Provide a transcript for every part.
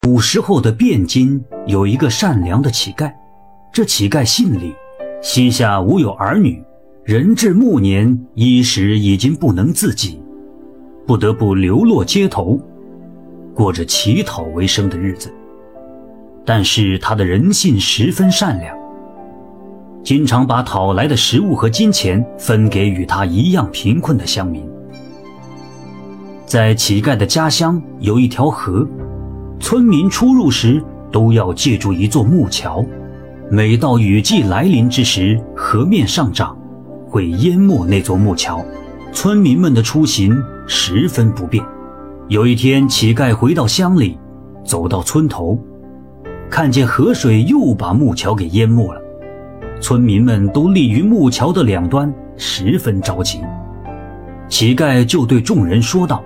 古时候的汴京有一个善良的乞丐，这乞丐姓李，膝下无有儿女，人至暮年，衣食已经不能自给，不得不流落街头，过着乞讨为生的日子。但是他的人性十分善良，经常把讨来的食物和金钱分给与他一样贫困的乡民。在乞丐的家乡有一条河，村民出入时都要借助一座木桥，每到雨季来临之时，河面上涨，会淹没那座木桥，村民们的出行十分不便。有一天，乞丐回到乡里，走到村头，看见河水又把木桥给淹没了，村民们都立于木桥的两端，十分着急。乞丐就对众人说道：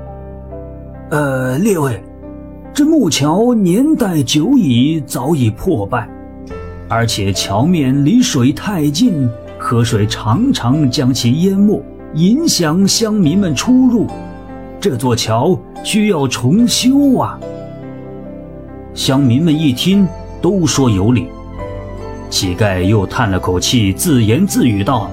列位，这木桥年代久矣，早已破败，而且桥面离水太近，河水常常将其淹没，影响乡民们出入，这座桥需要重修啊。乡民们一听，都说有理。乞丐又叹了口气，自言自语道：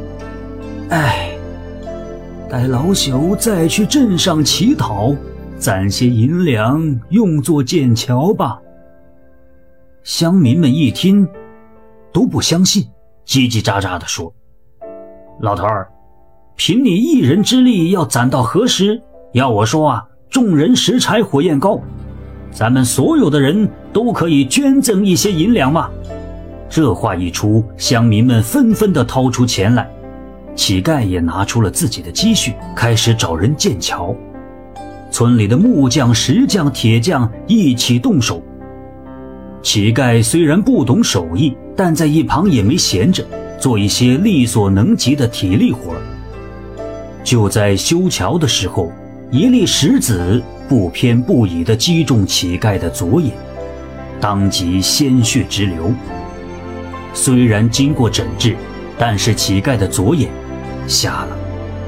待老朽再去镇上乞讨，攒些银两用作建桥吧。乡民们一听，都不相信，叽叽喳喳地说：老头儿，凭你一人之力要攒到何时？要我说啊，众人拾柴火焰高，咱们所有的人都可以捐赠一些银两嘛。这话一出，乡民们纷纷地掏出钱来，乞丐也拿出了自己的积蓄，开始找人建桥。村里的木匠、石匠、铁匠一起动手。乞丐虽然不懂手艺，但在一旁也没闲着，做一些力所能及的体力活。就在修桥的时候，一粒石子不偏不倚地击中乞丐的左眼，当即鲜血直流。虽然经过诊治，但是乞丐的左眼瞎了。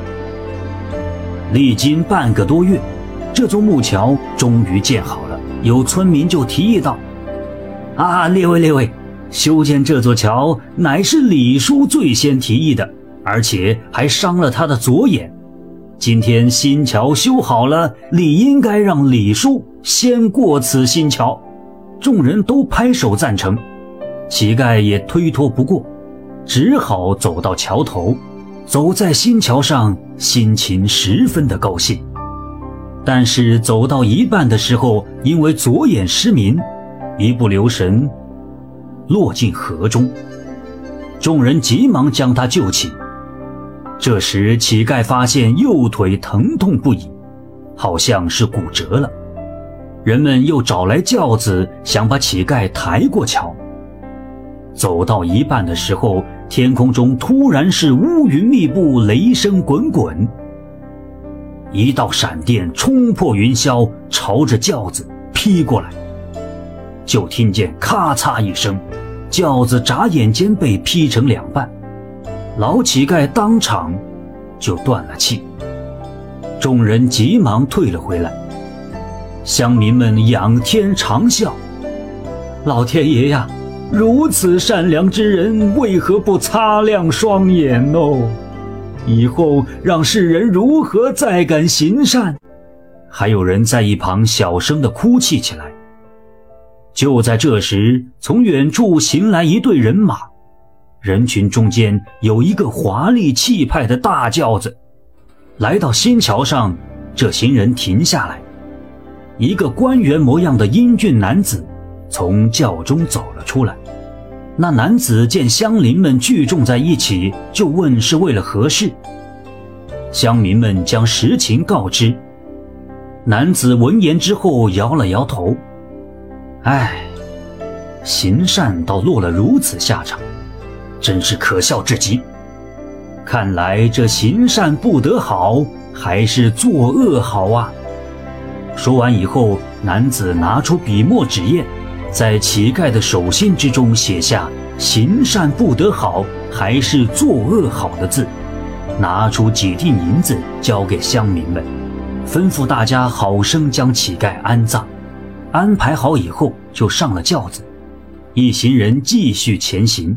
历经半个多月，这座木桥终于建好了。有村民就提议道：列位，修建这座桥乃是李叔最先提议的，而且还伤了他的左眼。今天新桥修好了，理应该让李叔先过此新桥。众人都拍手赞成，乞丐也推脱不过，只好走到桥头，走在新桥上，心情十分的高兴。但是走到一半的时候，因为左眼失明，一不留神落进河中，众人急忙将他救起。这时乞丐发现右腿疼痛不已，好像是骨折了。人们又找来轿子，想把乞丐抬过桥。走到一半的时候，天空中突然是乌云密布，雷声滚滚，一道闪电冲破云霄，朝着轿子劈过来。就听见咔嚓一声，轿子眨眼间被劈成两半，老乞丐当场就断了气。众人急忙退了回来。乡民们仰天长啸：老天爷呀，如此善良之人，为何不擦亮双眼哦？以后让世人如何再敢行善？还有人在一旁小声地哭泣起来。就在这时，从远处行来一队人马，人群中间有一个华丽气派的大轿子。来到新桥上，这行人停下来，一个官员模样的英俊男子从轿中走了出来。那男子见乡邻们聚众在一起，就问是为了何事。乡民们将实情告知。男子闻言之后摇了摇头：行善倒落了如此下场，真是可笑至极。看来这行善不得好，还是作恶好啊。说完以后，男子拿出笔墨纸砚，在乞丐的手心之中写下行善不得好，还是作恶好的字，拿出几锭银子交给乡民们，吩咐大家好生将乞丐安葬。 安排好以后，就上了轿子，一行人继续前行。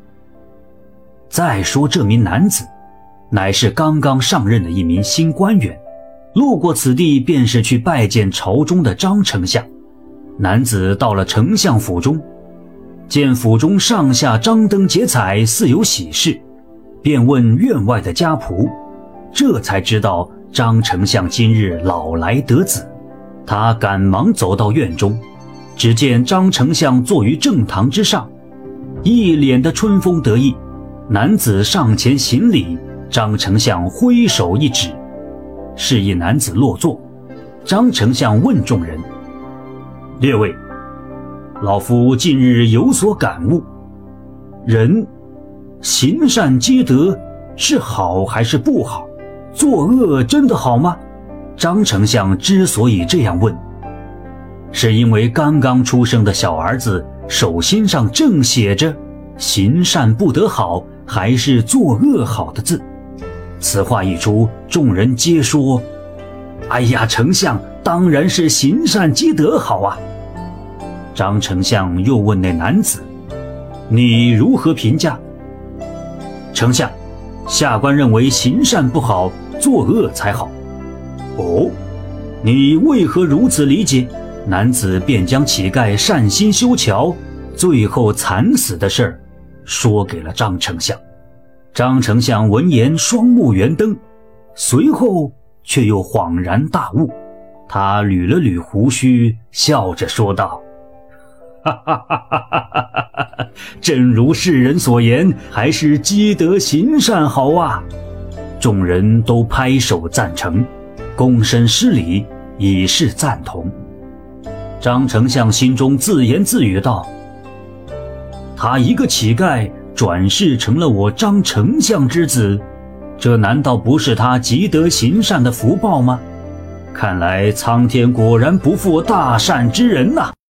再说这名男子，乃是刚刚上任的一名新官员，路过此地便是去拜见朝中的张丞相。男子到了丞相府中，见府中上下张灯结彩，似有喜事，便问院外的家仆，这才知道张丞相今日老来得子。他赶忙走到院中，只见张丞相坐于正堂之上，一脸的春风得意。男子上前行礼，张丞相挥手一指，示意男子落座。张丞相问众人：列位，老夫近日有所感悟，人行善积德是好还是不好？作恶真的好吗？张丞相之所以这样问，是因为刚刚出生的小儿子手心上正写着行善不得好还是作恶好的字。此话一出，众人皆说：哎呀，丞相当然是行善积德好啊。张丞相又问那男子：你如何评价？丞相，下官认为行善不好，作恶才好。哦，你为何如此理解？男子便将乞丐善心修桥，最后惨死的事儿说给了张丞相。张丞相闻言双目圆瞪，随后却又恍然大悟。他捋了捋胡须，笑着说道：哈哈哈哈哈哈！正如世人所言，还是积德行善好啊！众人都拍手赞成，躬身施礼，以示赞同。张丞相心中自言自语道：他一个乞丐转世成了我张丞相之子，这难道不是他积德行善的福报吗？看来苍天果然不负大善之人呐！